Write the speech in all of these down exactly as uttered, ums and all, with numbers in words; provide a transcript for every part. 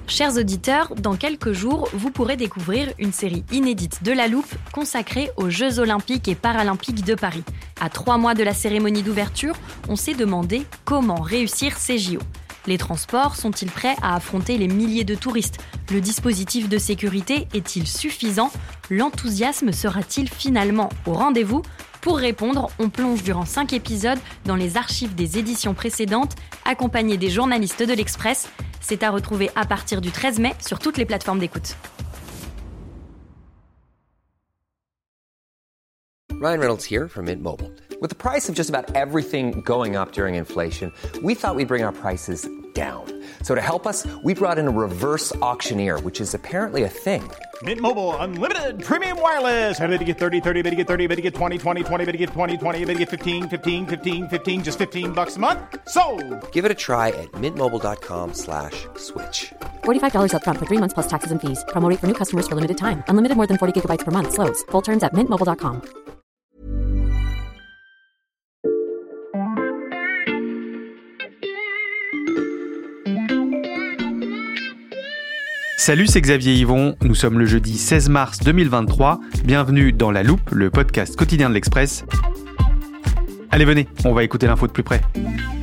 Chers auditeurs, dans quelques jours, vous pourrez découvrir une série inédite de La Loupe consacrée aux Jeux Olympiques et Paralympiques de Paris. À trois mois de la cérémonie d'ouverture, on s'est demandé comment réussir ces J O. Les transports sont-ils prêts à affronter les milliers de touristes ? Le dispositif de sécurité est-il suffisant ? L'enthousiasme sera-t-il finalement au rendez-vous ? Pour répondre, on plonge durant cinq épisodes dans les archives des éditions précédentes, accompagnés des journalistes de l'Express. C'est à retrouver à partir du treize mai sur toutes les plateformes d'écoute. Ryan Reynolds here from Mint Mobile. With the price of just about everything going up during inflation, we thought we'd bring our prices down. So to help us, we brought in a reverse auctioneer, which is apparently a thing. Mint Mobile Unlimited Premium Wireless. How to get thirty, thirty, how to get thirty, how to get twenty, twenty, twenty, how to get twenty, twenty, how to get fifteen, fifteen, fifteen, fifteen, just fifteen bucks a month? Sold! Give it a try at mintmobile.com slash switch. forty-five dollars up front for three months plus taxes and fees. Promo rate for new customers for limited time. Unlimited more than forty gigabytes per month. Slows full terms at mint mobile dot com. Salut, c'est Xavier Yvon, nous sommes le jeudi seize mars deux mille vingt-trois, bienvenue dans La Loupe, le podcast quotidien de l'Express. Allez venez, on va écouter l'info de plus près.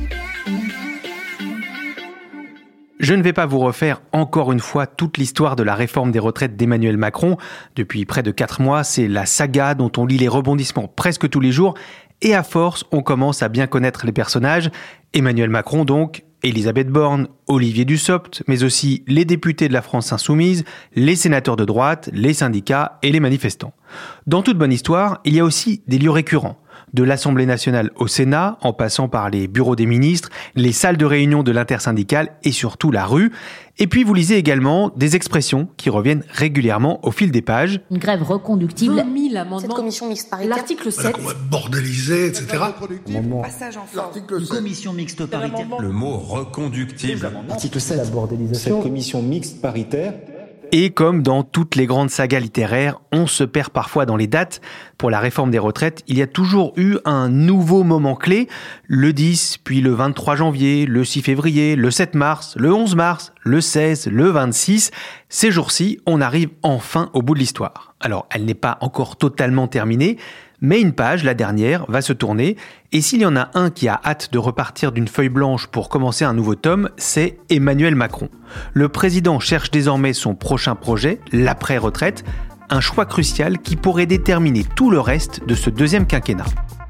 Je ne vais pas vous refaire encore une fois toute l'histoire de la réforme des retraites d'Emmanuel Macron. Depuis près de quatre mois, c'est la saga dont on lit les rebondissements presque tous les jours. Et à force, on commence à bien connaître les personnages. Emmanuel Macron donc, Elisabeth Borne, Olivier Dussopt, mais aussi les députés de la France Insoumise, les sénateurs de droite, les syndicats et les manifestants. Dans toute bonne histoire, il y a aussi des lieux récurrents. De l'Assemblée nationale au Sénat, en passant par les bureaux des ministres, les salles de réunion de l'intersyndicale et surtout la rue. Et puis vous lisez également des expressions qui reviennent régulièrement au fil des pages. Une grève reconductible. vingt mille amendements. Cette commission mixte paritaire. L'article sept. On va bordéliser, et cetera. Amendement. Passage en force. Une commission mixte paritaire. Le mot reconductible. Article sept. La bordélisation. Cette commission mixte paritaire. Et comme dans toutes les grandes sagas littéraires, on se perd parfois dans les dates. Pour la réforme des retraites, il y a toujours eu un nouveau moment clé. Le dix, puis le vingt-trois janvier, le six février, le sept mars, le onze mars, le seize, le vingt-six. Ces jours-ci, on arrive enfin au bout de l'histoire. Alors, elle n'est pas encore totalement terminée, mais une page, la dernière, va se tourner. Et s'il y en a un qui a hâte de repartir d'une feuille blanche pour commencer un nouveau tome, c'est Emmanuel Macron. Le président cherche désormais son prochain projet, l'après-retraite, un choix crucial qui pourrait déterminer tout le reste de ce deuxième quinquennat.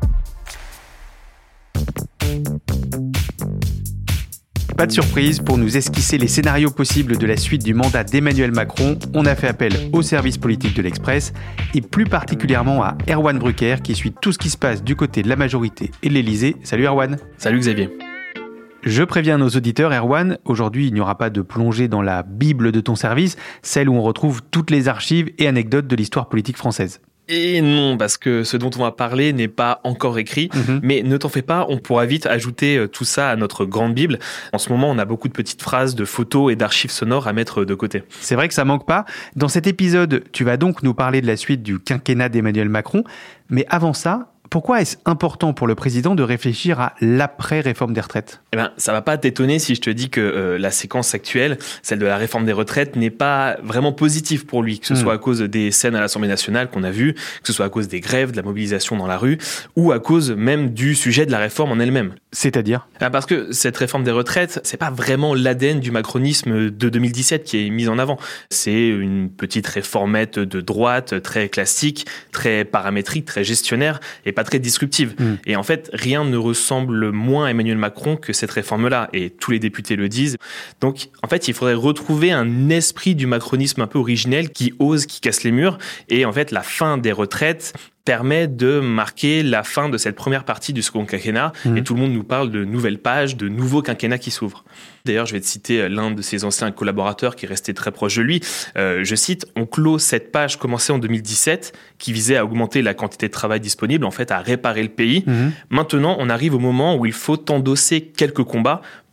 Pas de surprise, pour nous esquisser les scénarios possibles de la suite du mandat d'Emmanuel Macron, on a fait appel au service politique de l'Express et plus particulièrement à Erwan Brucker qui suit tout ce qui se passe du côté de la majorité et de l'Élysée. Salut Erwan. Salut Xavier. Je préviens nos auditeurs, Erwan, aujourd'hui il n'y aura pas de plongée dans la Bible de ton service, celle où on retrouve toutes les archives et anecdotes de l'histoire politique française. Et non, parce que ce dont on va parler n'est pas encore écrit, mmh. mais ne t'en fais pas, on pourra vite ajouter tout ça à notre grande Bible. En ce moment, on a beaucoup de petites phrases, de photos et d'archives sonores à mettre de côté. C'est vrai que ça manque pas. Dans cet épisode, tu vas donc nous parler de la suite du quinquennat d'Emmanuel Macron, mais avant ça, pourquoi est-ce important pour le président de réfléchir à l'après-réforme des retraites ? Eh ben, ça va pas t'étonner si je te dis que euh, la séquence actuelle, celle de la réforme des retraites, n'est pas vraiment positive pour lui, que ce mmh. soit à cause des scènes à l'Assemblée nationale qu'on a vues, que ce soit à cause des grèves, de la mobilisation dans la rue, ou à cause même du sujet de la réforme en elle-même. C'est-à-dire ? Ah, parce que cette réforme des retraites, c'est pas vraiment l'A D N du macronisme de deux mille dix-sept qui est mise en avant. C'est une petite réformette de droite, très classique, très paramétrique, très gestionnaire, et pas très disruptive. Mmh. Et en fait, rien ne ressemble moins à Emmanuel Macron que cette réforme-là. Et tous les députés le disent. Donc, en fait, il faudrait retrouver un esprit du macronisme un peu originel qui ose, qui casse les murs. Et en fait, la fin des retraites permet de marquer la fin de cette première partie du second quinquennat. Mmh. Et tout le monde nous parle de nouvelles pages, de nouveaux quinquennats qui s'ouvrent. D'ailleurs, je vais te citer l'un de ses anciens collaborateurs qui est resté très proche de lui. Euh, je cite, « On clôt cette page commencée en deux mille dix-sept qui visait à augmenter la quantité de travail disponible, en fait, à réparer le pays. Mmh. Maintenant, on arrive au moment où il faut endosser quelques combats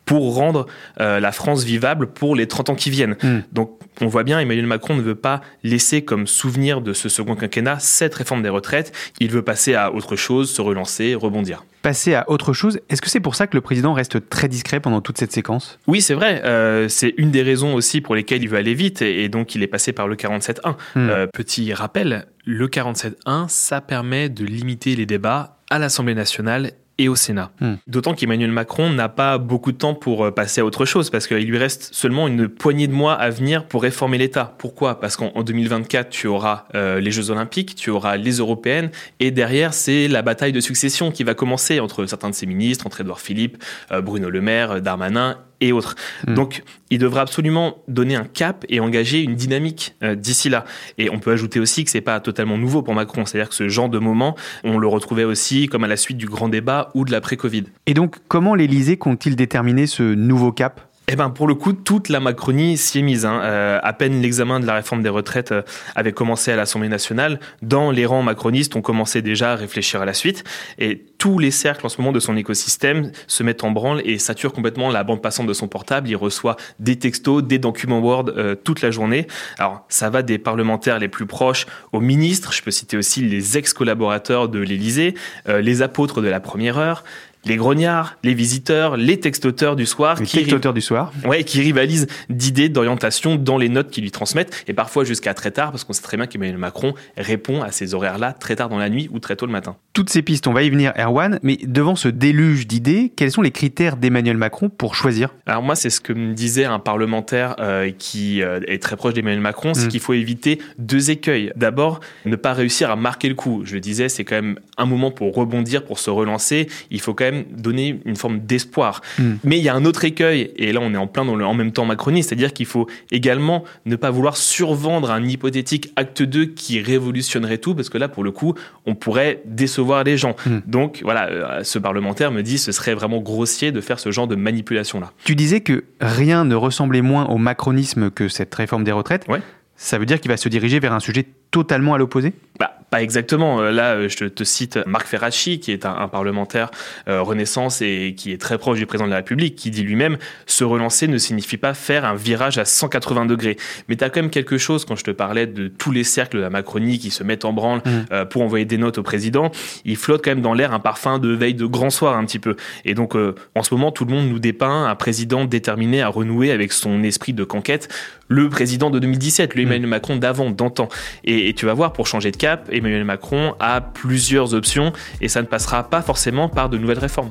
pour rendre euh, la France vivable pour les trente ans qui viennent. Mmh. Donc, on voit bien, Emmanuel Macron ne veut pas laisser comme souvenir de ce second quinquennat cette réforme des retraites. Il veut passer à autre chose, se relancer, rebondir. Passer à autre chose, est-ce que c'est pour ça que le président reste très discret pendant toute cette séquence ? Oui, c'est vrai. Euh, c'est une des raisons aussi pour lesquelles il veut aller vite et, et donc il est passé par le quarante-sept un. Mmh. Euh, petit rappel, le quarante-sept un, ça permet de limiter les débats à l'Assemblée nationale et au Sénat. Mmh. D'autant qu'Emmanuel Macron n'a pas beaucoup de temps pour passer à autre chose, parce qu'il lui reste seulement une poignée de mois à venir pour réformer l'État. Pourquoi ? Parce qu'en deux mille vingt-quatre, tu auras euh, les Jeux Olympiques, tu auras les Européennes, et derrière, c'est la bataille de succession qui va commencer entre certains de ses ministres, entre Édouard Philippe, euh, Bruno Le Maire, Darmanin et autres. Mmh. Donc, il devra absolument donner un cap et engager une dynamique euh, d'ici là. Et on peut ajouter aussi que c'est pas totalement nouveau pour Macron. C'est-à-dire que ce genre de moment, on le retrouvait aussi comme à la suite du grand débat ou de l'après-Covid. Et donc, comment l'Élysée compte-t-il déterminer ce nouveau cap ? Eh ben, pour le coup, toute la Macronie s'y est mise. Hein. Euh, à peine l'examen de la réforme des retraites euh, avait commencé à l'Assemblée nationale, dans les rangs macronistes, on commençait déjà à réfléchir à la suite. Et tous les cercles en ce moment de son écosystème se mettent en branle et saturent complètement la bande passante de son portable. Il reçoit des textos, des documents Word euh, toute la journée. Alors, ça va des parlementaires les plus proches aux ministres. Je peux citer aussi les ex-collaborateurs de l'Élysée, euh, les apôtres de la première heure, les grognards, les visiteurs, les textoteurs du soir. Les textoteurs ri- du soir. Ouais, qui rivalisent d'idées, d'orientation dans les notes qu'ils lui transmettent, et parfois jusqu'à très tard, parce qu'on sait très bien qu'Emmanuel Macron répond à ces horaires-là très tard dans la nuit ou très tôt le matin. Toutes ces pistes, on va y venir, Erwan, mais devant ce déluge d'idées, quels sont les critères d'Emmanuel Macron pour choisir ? Alors moi, c'est ce que me disait un parlementaire euh, qui euh, est très proche d'Emmanuel Macron, c'est mmh. qu'il faut éviter deux écueils. D'abord, ne pas réussir à marquer le coup. Je le disais, c'est quand même un moment pour rebondir, pour se relancer. Il faut quand même donner une forme d'espoir. Mmh. Mais il y a un autre écueil, et là on est en plein dans le en même temps Macronie, c'est-à-dire qu'il faut également ne pas vouloir survendre un hypothétique acte deux qui révolutionnerait tout, parce que là pour le coup on pourrait décevoir les gens. Mmh. Donc voilà, euh, ce parlementaire me dit ce serait vraiment grossier de faire ce genre de manipulation-là. Tu disais que rien ne ressemblait moins au macronisme que cette réforme des retraites. Ouais. Ça veut dire qu'il va se diriger vers un sujet totalement à l'opposé ? Bah, pas exactement. Là, je te cite Marc Ferracci, qui est un, un parlementaire euh, Renaissance et qui est très proche du président de la République, qui dit lui-même « Se relancer ne signifie pas faire un virage à cent quatre-vingts degrés ». Mais tu as quand même quelque chose, quand je te parlais de tous les cercles de la Macronie qui se mettent en branle mmh. euh, pour envoyer des notes au président, il flotte quand même dans l'air un parfum de veille de grand soir un petit peu. Et donc, euh, en ce moment, tout le monde nous dépeint un président déterminé à renouer avec son esprit de conquête, le président de deux mille dix-sept, le Emmanuel mmh. Macron d'avant, d'antan. Et, et tu vas voir, pour changer de cap, Emmanuel Macron a plusieurs options et ça ne passera pas forcément par de nouvelles réformes.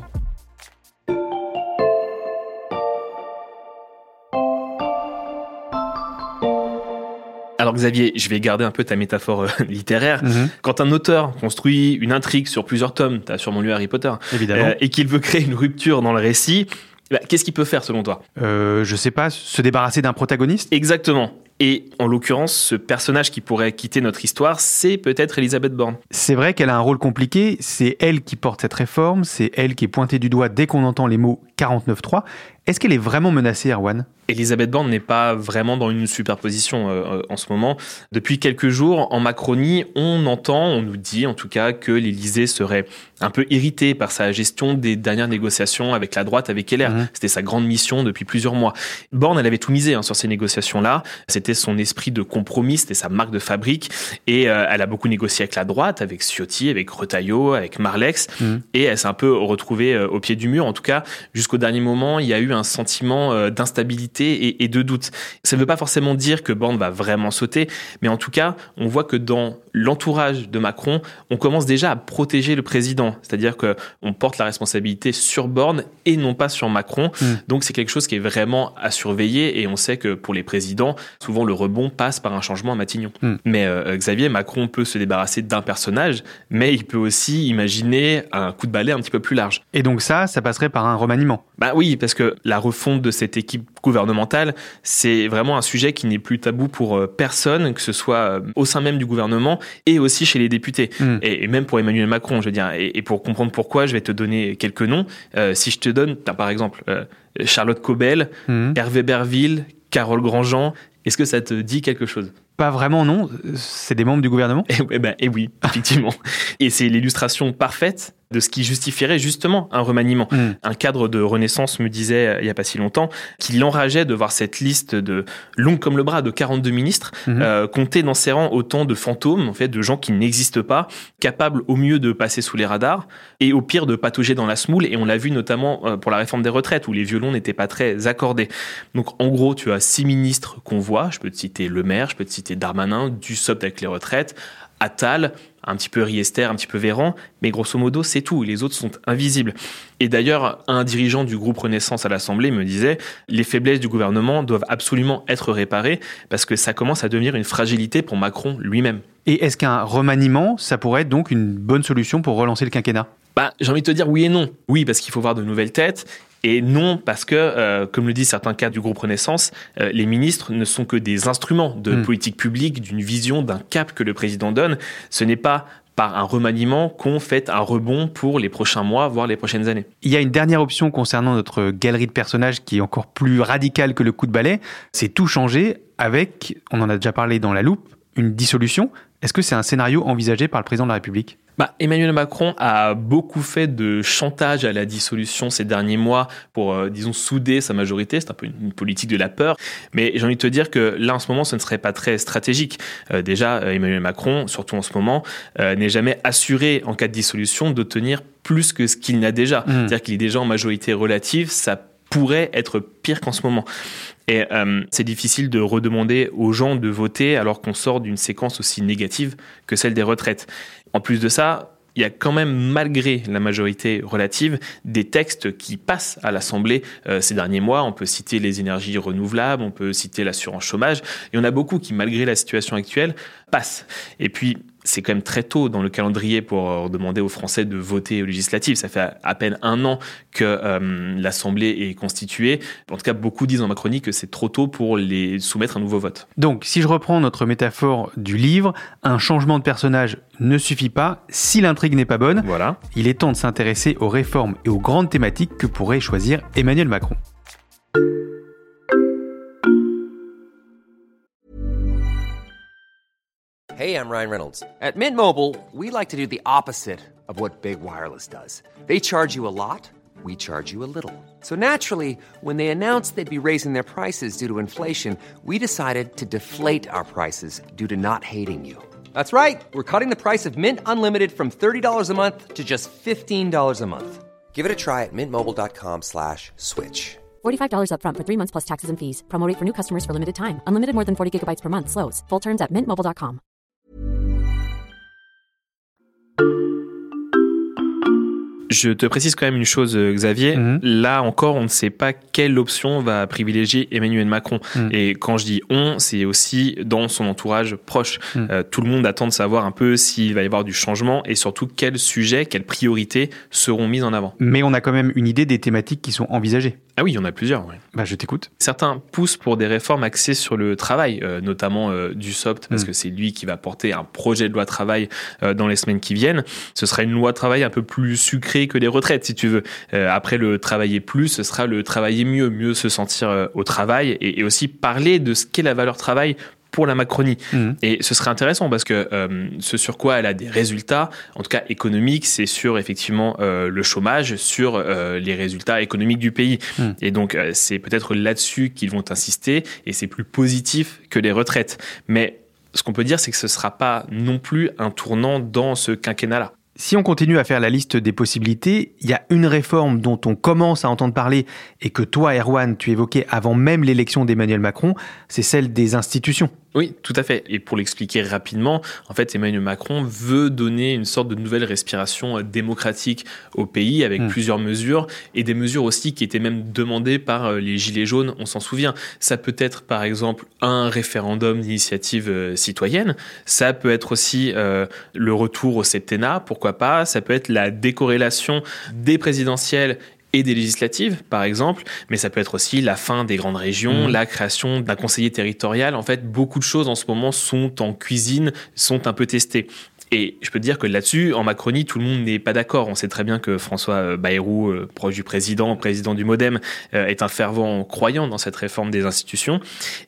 Alors Xavier, je vais garder un peu ta métaphore euh, littéraire. Mmh. Quand un auteur construit une intrigue sur plusieurs tomes, tu as sûrement lu Harry Potter, évidemment, euh, et qu'il veut créer une rupture dans le récit, bah, qu'est-ce qu'il peut faire selon toi ? euh, Je sais pas, se débarrasser d'un protagoniste ? Exactement. Et en l'occurrence, ce personnage qui pourrait quitter notre histoire, c'est peut-être Elisabeth Borne. C'est vrai qu'elle a un rôle compliqué, c'est elle qui porte cette réforme, c'est elle qui est pointée du doigt dès qu'on entend les mots quarante-neuf trois. Est-ce qu'elle est vraiment menacée, Erwan ? Elisabeth Borne n'est pas vraiment dans une superposition euh, en ce moment. Depuis quelques jours, en Macronie, on entend, on nous dit en tout cas que l'Élysée serait un peu irrité par sa gestion des dernières négociations avec la droite, avec L R. Mmh. C'était sa grande mission depuis plusieurs mois. Borne, elle avait tout misé hein, sur ces négociations-là. C'était son esprit de compromis, c'était sa marque de fabrique. Et euh, elle a beaucoup négocié avec la droite, avec Ciotti, avec Retailleau, avec Marlex. Mmh. Et elle s'est un peu retrouvée euh, au pied du mur. En tout cas, jusqu'au dernier moment, il y a eu un sentiment euh, d'instabilité Et, et de doute. Ça ne veut pas forcément dire que Borne va vraiment sauter, mais en tout cas, on voit que dans l'entourage de Macron, on commence déjà à protéger le président. C'est-à-dire qu'on porte la responsabilité sur Borne et non pas sur Macron. Mmh. Donc c'est quelque chose qui est vraiment à surveiller et on sait que pour les présidents, souvent le rebond passe par un changement à Matignon. Mmh. Mais euh, Xavier, Macron peut se débarrasser d'un personnage, mais il peut aussi imaginer un coup de balai un petit peu plus large. Et donc ça, ça passerait par un remaniement ? Bah oui, parce que la refonte de cette équipe gouvernementale, c'est vraiment un sujet qui n'est plus tabou pour personne, que ce soit au sein même du gouvernement et aussi chez les députés. Mmh. Et, et même pour Emmanuel Macron, je veux dire. Et, et pour comprendre pourquoi, je vais te donner quelques noms. Euh, si je te donne, t'as par exemple euh, Charlotte Cobel, mmh. Hervé Berville, Carole Grandjean, est-ce que ça te dit quelque chose ? Pas vraiment, non. C'est des membres du gouvernement ? Et, et, ben, et oui, effectivement. Et c'est l'illustration parfaite de ce qui justifierait justement un remaniement. Mmh. Un cadre de Renaissance me disait, il n'y a pas si longtemps, qu'il l'enrageait de voir cette liste de longue comme le bras de quarante-deux ministres mmh. euh, compter dans ses rangs autant de fantômes, en fait, de gens qui n'existent pas, capables au mieux de passer sous les radars et au pire de patauger dans la semoule. Et on l'a vu notamment euh, pour la réforme des retraites où les violons n'étaient pas très accordés. Donc en gros, tu as six ministres qu'on voit. Je peux te citer Le Maire, je peux te citer Darmanin, Dussopt avec les retraites, Attal, un petit peu Riester, un petit peu Véran, mais grosso modo, c'est tout. Les autres sont invisibles. Et d'ailleurs, un dirigeant du groupe Renaissance à l'Assemblée me disait « Les faiblesses du gouvernement doivent absolument être réparées parce que ça commence à devenir une fragilité pour Macron lui-même. » Et est-ce qu'un remaniement, ça pourrait être donc une bonne solution pour relancer le quinquennat ? Bah, j'ai envie de te dire oui et non. Oui, parce qu'il faut voir de nouvelles têtes. Et non, parce que, euh, comme le disent certains cadres du groupe Renaissance, euh, les ministres ne sont que des instruments de mmh. politique publique, d'une vision, d'un cap que le président donne. Ce n'est pas par un remaniement qu'on fait un rebond pour les prochains mois, voire les prochaines années. Il y a une dernière option concernant notre galerie de personnages qui est encore plus radicale que le coup de balai. C'est tout changer avec, on en a déjà parlé dans La Loupe, une dissolution. Est-ce que c'est un scénario envisagé par le président de la République ? Bah, Emmanuel Macron a beaucoup fait de chantage à la dissolution ces derniers mois pour, euh, disons, souder sa majorité. C'est un peu une, une politique de la peur. Mais j'ai envie de te dire que là, en ce moment, ce ne serait pas très stratégique. Euh, déjà, Emmanuel Macron, surtout en ce moment, euh, n'est jamais assuré, en cas de dissolution, d'obtenir plus que ce qu'il n'a déjà. Mmh. C'est-à-dire qu'il est déjà en majorité relative. Ça pourrait être pire qu'en ce moment. Et euh, c'est difficile de redemander aux gens de voter alors qu'on sort d'une séquence aussi négative que celle des retraites. En plus de ça, il y a quand même, malgré la majorité relative, des textes qui passent à l'Assemblée euh, ces derniers mois. On peut citer les énergies renouvelables, on peut citer l'assurance chômage. Il y en a beaucoup qui, malgré la situation actuelle, passent. Et puis, c'est quand même très tôt dans le calendrier pour demander aux Français de voter aux législatives. Ça fait à peine un an que euh, l'Assemblée est constituée. En tout cas, beaucoup disent en Macronie que c'est trop tôt pour les soumettre à un nouveau vote. Donc, si je reprends notre métaphore du livre, un changement de personnage ne suffit pas si l'intrigue n'est pas bonne. Voilà. Il est temps de s'intéresser aux réformes et aux grandes thématiques que pourrait choisir Emmanuel Macron. Hey, I'm Ryan Reynolds. At Mint Mobile, we like to do the opposite of what Big Wireless does. They charge you a lot, we charge you a little. So naturally, when they announced they'd be raising their prices due to inflation, we decided to deflate our prices due to not hating you. That's right. We're cutting the price of Mint Unlimited from thirty dollars a month to just fifteen dollars a month. Give it a try at mintmobile.com slash switch. forty-five dollars up front for three months plus taxes and fees. Promo rate for new customers for limited time. Unlimited more than forty gigabytes per month. Slows full terms at mint mobile dot com. Je te précise quand même une chose, Xavier. Mmh. Là encore, on ne sait pas quelle option va privilégier Emmanuel Macron. Mmh. Et quand je dis on, c'est aussi dans son entourage proche. Mmh. Euh, tout le monde attend de savoir un peu s'il va y avoir du changement et surtout quels sujets, quelles priorités seront mises en avant. Mais on a quand même une idée des thématiques qui sont envisagées. Ah oui, il y en a plusieurs. Ouais. Bah, je t'écoute. Certains poussent pour des réformes axées sur le travail, euh, notamment euh, Dussopt, parce mmh. que c'est lui qui va porter un projet de loi travail euh, dans les semaines qui viennent. Ce sera une loi travail un peu plus sucrée que les retraites, si tu veux. Euh, après le travailler plus, ce sera le travailler mieux, mieux se sentir euh, au travail et, et aussi parler de ce qu'est la valeur travail pour la Macronie. Mmh. Et ce serait intéressant parce que euh, ce sur quoi elle a des résultats, en tout cas économiques, c'est sur effectivement euh, le chômage, sur euh, les résultats économiques du pays. Mmh. Et donc euh, c'est peut-être là-dessus qu'ils vont insister et c'est plus positif que les retraites. Mais ce qu'on peut dire, c'est que ce ne sera pas non plus un tournant dans ce quinquennat-là. Si on continue à faire la liste des possibilités, il y a une réforme dont on commence à entendre parler et que toi, Erwan, tu évoquais avant même l'élection d'Emmanuel Macron, c'est celle des institutions. Oui, tout à fait. Et pour l'expliquer rapidement, en fait, Emmanuel Macron veut donner une sorte de nouvelle respiration démocratique au pays avec mmh. plusieurs mesures et des mesures aussi qui étaient même demandées par les Gilets jaunes, on s'en souvient. Ça peut être, par exemple, un référendum d'initiative citoyenne. Ça peut être aussi euh, le retour au septennat, pourquoi pas. Ça peut être la décorrélation des présidentielles et des législatives, par exemple, mais ça peut être aussi la fin des grandes régions, mmh. la création d'un conseiller territorial. En fait, beaucoup de choses en ce moment sont en cuisine, sont un peu testées. Et je peux te dire que là-dessus, en Macronie, tout le monde n'est pas d'accord. On sait très bien que François Bayrou, euh, proche du président, président du MoDem, euh, est un fervent croyant dans cette réforme des institutions.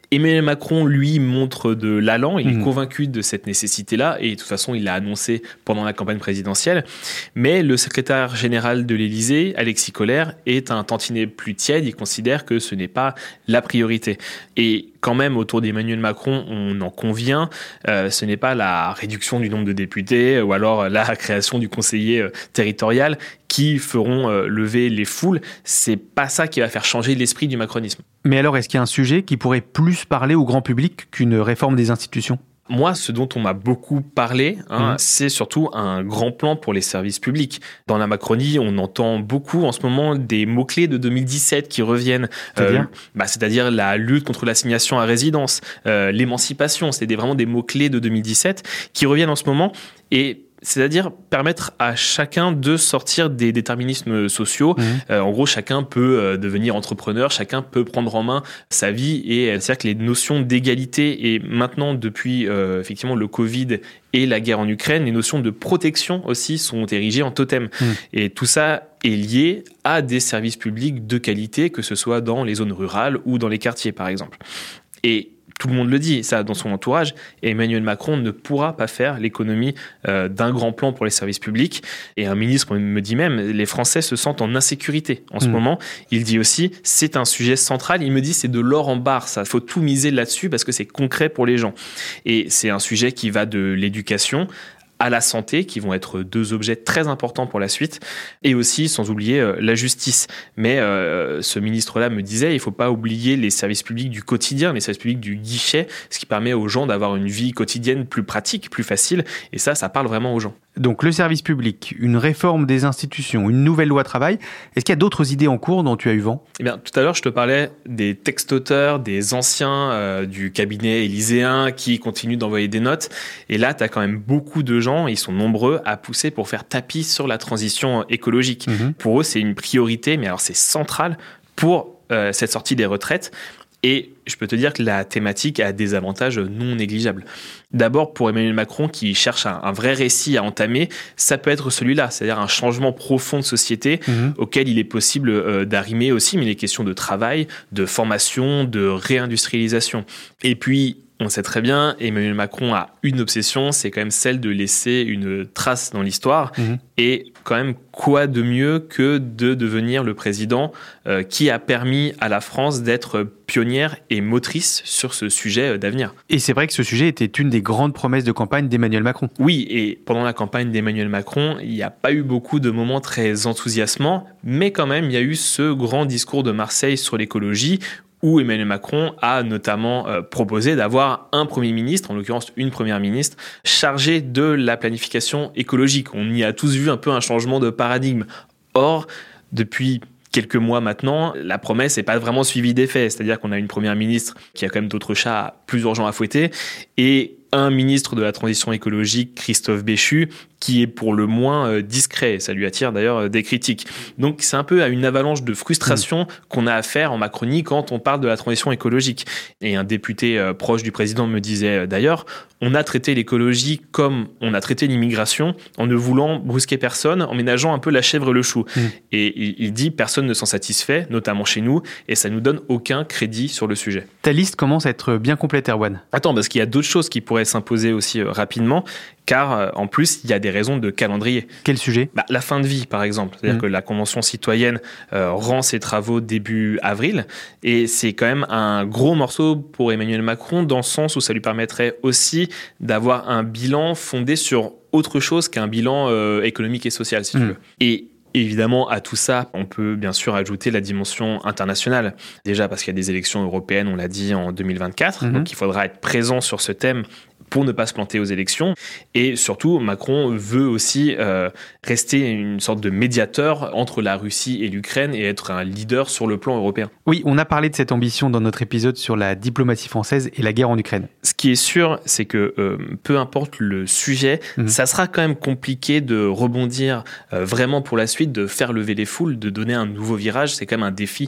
Emmanuel Macron, lui, montre de l'allant, il Mmh. est convaincu de cette nécessité-là, et de toute façon, il l'a annoncé pendant la campagne présidentielle. Mais le secrétaire général de l'Élysée, Alexis Collère, est un tantinet plus tiède, il considère que ce n'est pas la priorité. Et quand même, autour d'Emmanuel Macron, on en convient, euh, ce n'est pas la réduction du nombre de députés, ou alors la création du conseiller euh, territorial qui feront euh, lever les foules. C'est pas ça qui va faire changer l'esprit du macronisme. Mais alors, est-ce qu'il y a un sujet qui pourrait plus parler au grand public qu'une réforme des institutions ? Moi, ce dont on m'a beaucoup parlé, hein, mmh. c'est surtout un grand plan pour les services publics. Dans la Macronie, on entend beaucoup en ce moment des mots-clés de deux mille dix-sept qui reviennent. C'est-à-dire, euh, bah, c'est-à-dire la lutte contre l'assignation à résidence, euh, l'émancipation. C'est des, vraiment des mots-clés de deux mille dix-sept qui reviennent en ce moment. Et c'est-à-dire permettre à chacun de sortir des déterminismes sociaux. Mmh. Euh, en gros, chacun peut euh, devenir entrepreneur, chacun peut prendre en main sa vie. Et euh, c'est-à-dire que les notions d'égalité, et maintenant, depuis euh, effectivement le Covid et la guerre en Ukraine, les notions de protection aussi sont érigées en totem. Mmh. Et tout ça est lié à des services publics de qualité, que ce soit dans les zones rurales ou dans les quartiers, par exemple. Et tout le monde le dit, ça, dans son entourage. Et Emmanuel Macron ne pourra pas faire l'économie euh, d'un grand plan pour les services publics. Et un ministre me dit même, les Français se sentent en insécurité en ce mmh. moment. Il dit aussi, c'est un sujet central. Il me dit, c'est de l'or en barre, ça. Il faut tout miser là-dessus parce que c'est concret pour les gens. Et c'est un sujet qui va de l'éducation à la santé, qui vont être deux objets très importants pour la suite, et aussi, sans oublier, euh, la justice. Mais euh, ce ministre-là me disait, il ne faut pas oublier les services publics du quotidien, les services publics du guichet, ce qui permet aux gens d'avoir une vie quotidienne plus pratique, plus facile, et ça, ça parle vraiment aux gens. Donc le service public, une réforme des institutions, une nouvelle loi travail. Est-ce qu'il y a d'autres idées en cours dont tu as eu vent ? Eh bien, tout à l'heure, je te parlais des textoteurs, des anciens euh, du cabinet élyséen qui continuent d'envoyer des notes. Et là, tu as quand même beaucoup de gens, ils sont nombreux, à pousser pour faire tapis sur la transition écologique. Mmh. Pour eux, c'est une priorité, mais alors c'est central pour euh, cette sortie des retraites. Et je peux te dire que la thématique a des avantages non négligeables. D'abord, pour Emmanuel Macron, qui cherche un, un vrai récit à entamer, ça peut être celui-là, c'est-à-dire un changement profond de société mmh. auquel il est possible euh, d'arrimer aussi, mais les questions de travail, de formation, de réindustrialisation. Et puis, on sait très bien, Emmanuel Macron a une obsession, c'est quand même celle de laisser une trace dans l'histoire. Mmh. Et quand même, quoi de mieux que de devenir le président euh, qui a permis à la France d'être pionnière et motrice sur ce sujet d'avenir. Et c'est vrai que ce sujet était une des grandes promesses de campagne d'Emmanuel Macron. Oui, et pendant la campagne d'Emmanuel Macron, il n'y a pas eu beaucoup de moments très enthousiasmants, mais quand même, il y a eu ce grand discours de Marseille sur l'écologie, où Emmanuel Macron a notamment euh, proposé d'avoir un Premier ministre, en l'occurrence une Première ministre, chargée de la planification écologique. On y a tous vu un peu un changement de paradigme. Or, depuis quelques mois maintenant, la promesse n'est pas vraiment suivie des faits. C'est-à-dire qu'on a une Première ministre qui a quand même d'autres chats plus urgents à fouetter, et un ministre de la transition écologique, Christophe Béchu, qui est pour le moins euh, discret. Ça lui attire d'ailleurs euh, des critiques. Donc c'est un peu à une avalanche de frustration mmh. qu'on a à faire en Macronie quand on parle de la transition écologique. Et un député euh, proche du président me disait euh, d'ailleurs, on a traité l'écologie comme on a traité l'immigration, en ne voulant brusquer personne, en ménageant un peu la chèvre et le chou. Mmh. Et il, il dit, personne ne s'en satisfait, notamment chez nous, et ça nous donne aucun crédit sur le sujet. Ta liste commence à être bien complète, Erwan. Attends, parce qu'il y a d'autres choses qui pourraient s'imposer aussi euh, rapidement, car euh, en plus, il y a des raisons de calendrier. Quel sujet ? Bah, la fin de vie, par exemple. C'est-à-dire mmh. que la Convention citoyenne euh, rend ses travaux début avril, et c'est quand même un gros morceau pour Emmanuel Macron, dans le sens où ça lui permettrait aussi d'avoir un bilan fondé sur autre chose qu'un bilan euh, économique et social, si mmh. tu veux. Et évidemment, à tout ça, on peut bien sûr ajouter la dimension internationale. Déjà parce qu'il y a des élections européennes, on l'a dit, en deux mille vingt-quatre. Mmh. Donc il faudra être présent sur ce thème pour ne pas se planter aux élections. Et surtout, Macron veut aussi euh, rester une sorte de médiateur entre la Russie et l'Ukraine et être un leader sur le plan européen. Oui, on a parlé de cette ambition dans notre épisode sur la diplomatie française et la guerre en Ukraine. Ce qui est sûr, c'est que euh, peu importe le sujet, mmh. ça sera quand même compliqué de rebondir euh, vraiment pour la suite, de faire lever les foules, de donner un nouveau virage. C'est quand même un défi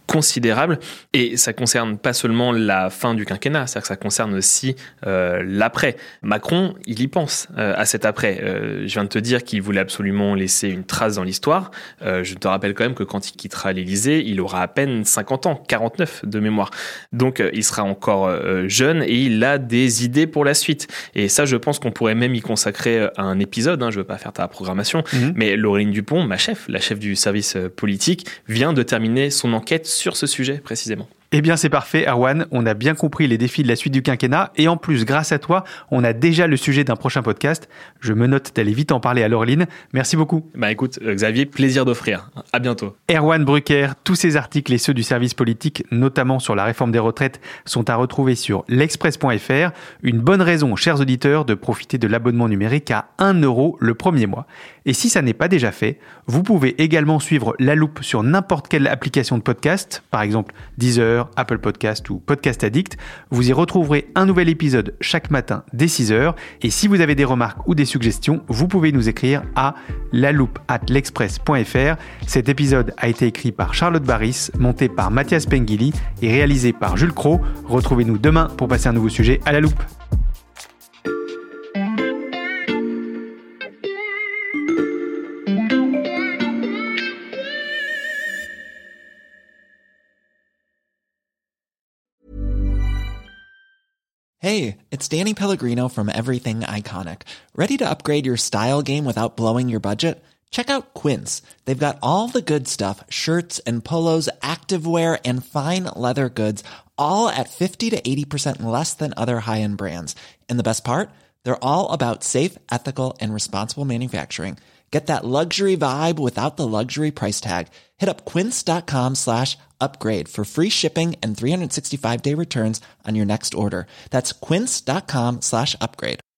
considérable. Et ça concerne pas seulement la fin du quinquennat, c'est-à-dire que ça concerne aussi euh, l'après. Macron, il y pense euh, à cet après. Euh, je viens de te dire qu'il voulait absolument laisser une trace dans l'histoire. Euh, je te rappelle quand même que quand il quittera l'Élysée, il aura à peine cinquante ans, quarante-neuf de mémoire. Donc euh, il sera encore euh, jeune et il a des idées pour la suite. Et ça, je pense qu'on pourrait même y consacrer un épisode. Hein, je veux pas faire ta programmation, mmh. mais Laureline Dupont, ma chef, la chef du service politique, vient de terminer son enquête sur ce sujet précisément. Eh bien, c'est parfait, Erwan. On a bien compris les défis de la suite du quinquennat. Et en plus, grâce à toi, on a déjà le sujet d'un prochain podcast. Je me note d'aller vite en parler à Laureline. Merci beaucoup. Bah écoute, Xavier, plaisir d'offrir. À bientôt. Erwan Brucker, tous ces articles et ceux du service politique, notamment sur la réforme des retraites, sont à retrouver sur l'express point f r. Une bonne raison, chers auditeurs, de profiter de l'abonnement numérique à un euro le premier mois. Et si ça n'est pas déjà fait, vous pouvez également suivre La Loupe sur n'importe quelle application de podcast, par exemple Deezer, Apple Podcast ou Podcast Addict. Vous y retrouverez un nouvel épisode chaque matin dès six heures. Et si vous avez des remarques ou des suggestions, vous pouvez nous écrire à laloupe arobase l'express point f r. Cet épisode a été écrit par Charlotte Baris, monté par Mathias Pengili et réalisé par Jules Cros. Retrouvez-nous demain pour passer un nouveau sujet à la loupe. Hey, it's Danny Pellegrino from Everything Iconic. Ready to upgrade your style game without blowing your budget? Check out Quince. They've got all the good stuff, shirts and polos, activewear, and fine leather goods, all at fifty to eighty percent less than other high-end brands. And the best part? They're all about safe, ethical, and responsible manufacturing. Get that luxury vibe without the luxury price tag. Hit up quince.com slash upgrade for free shipping and three sixty-five day returns on your next order. That's quince.com slash upgrade.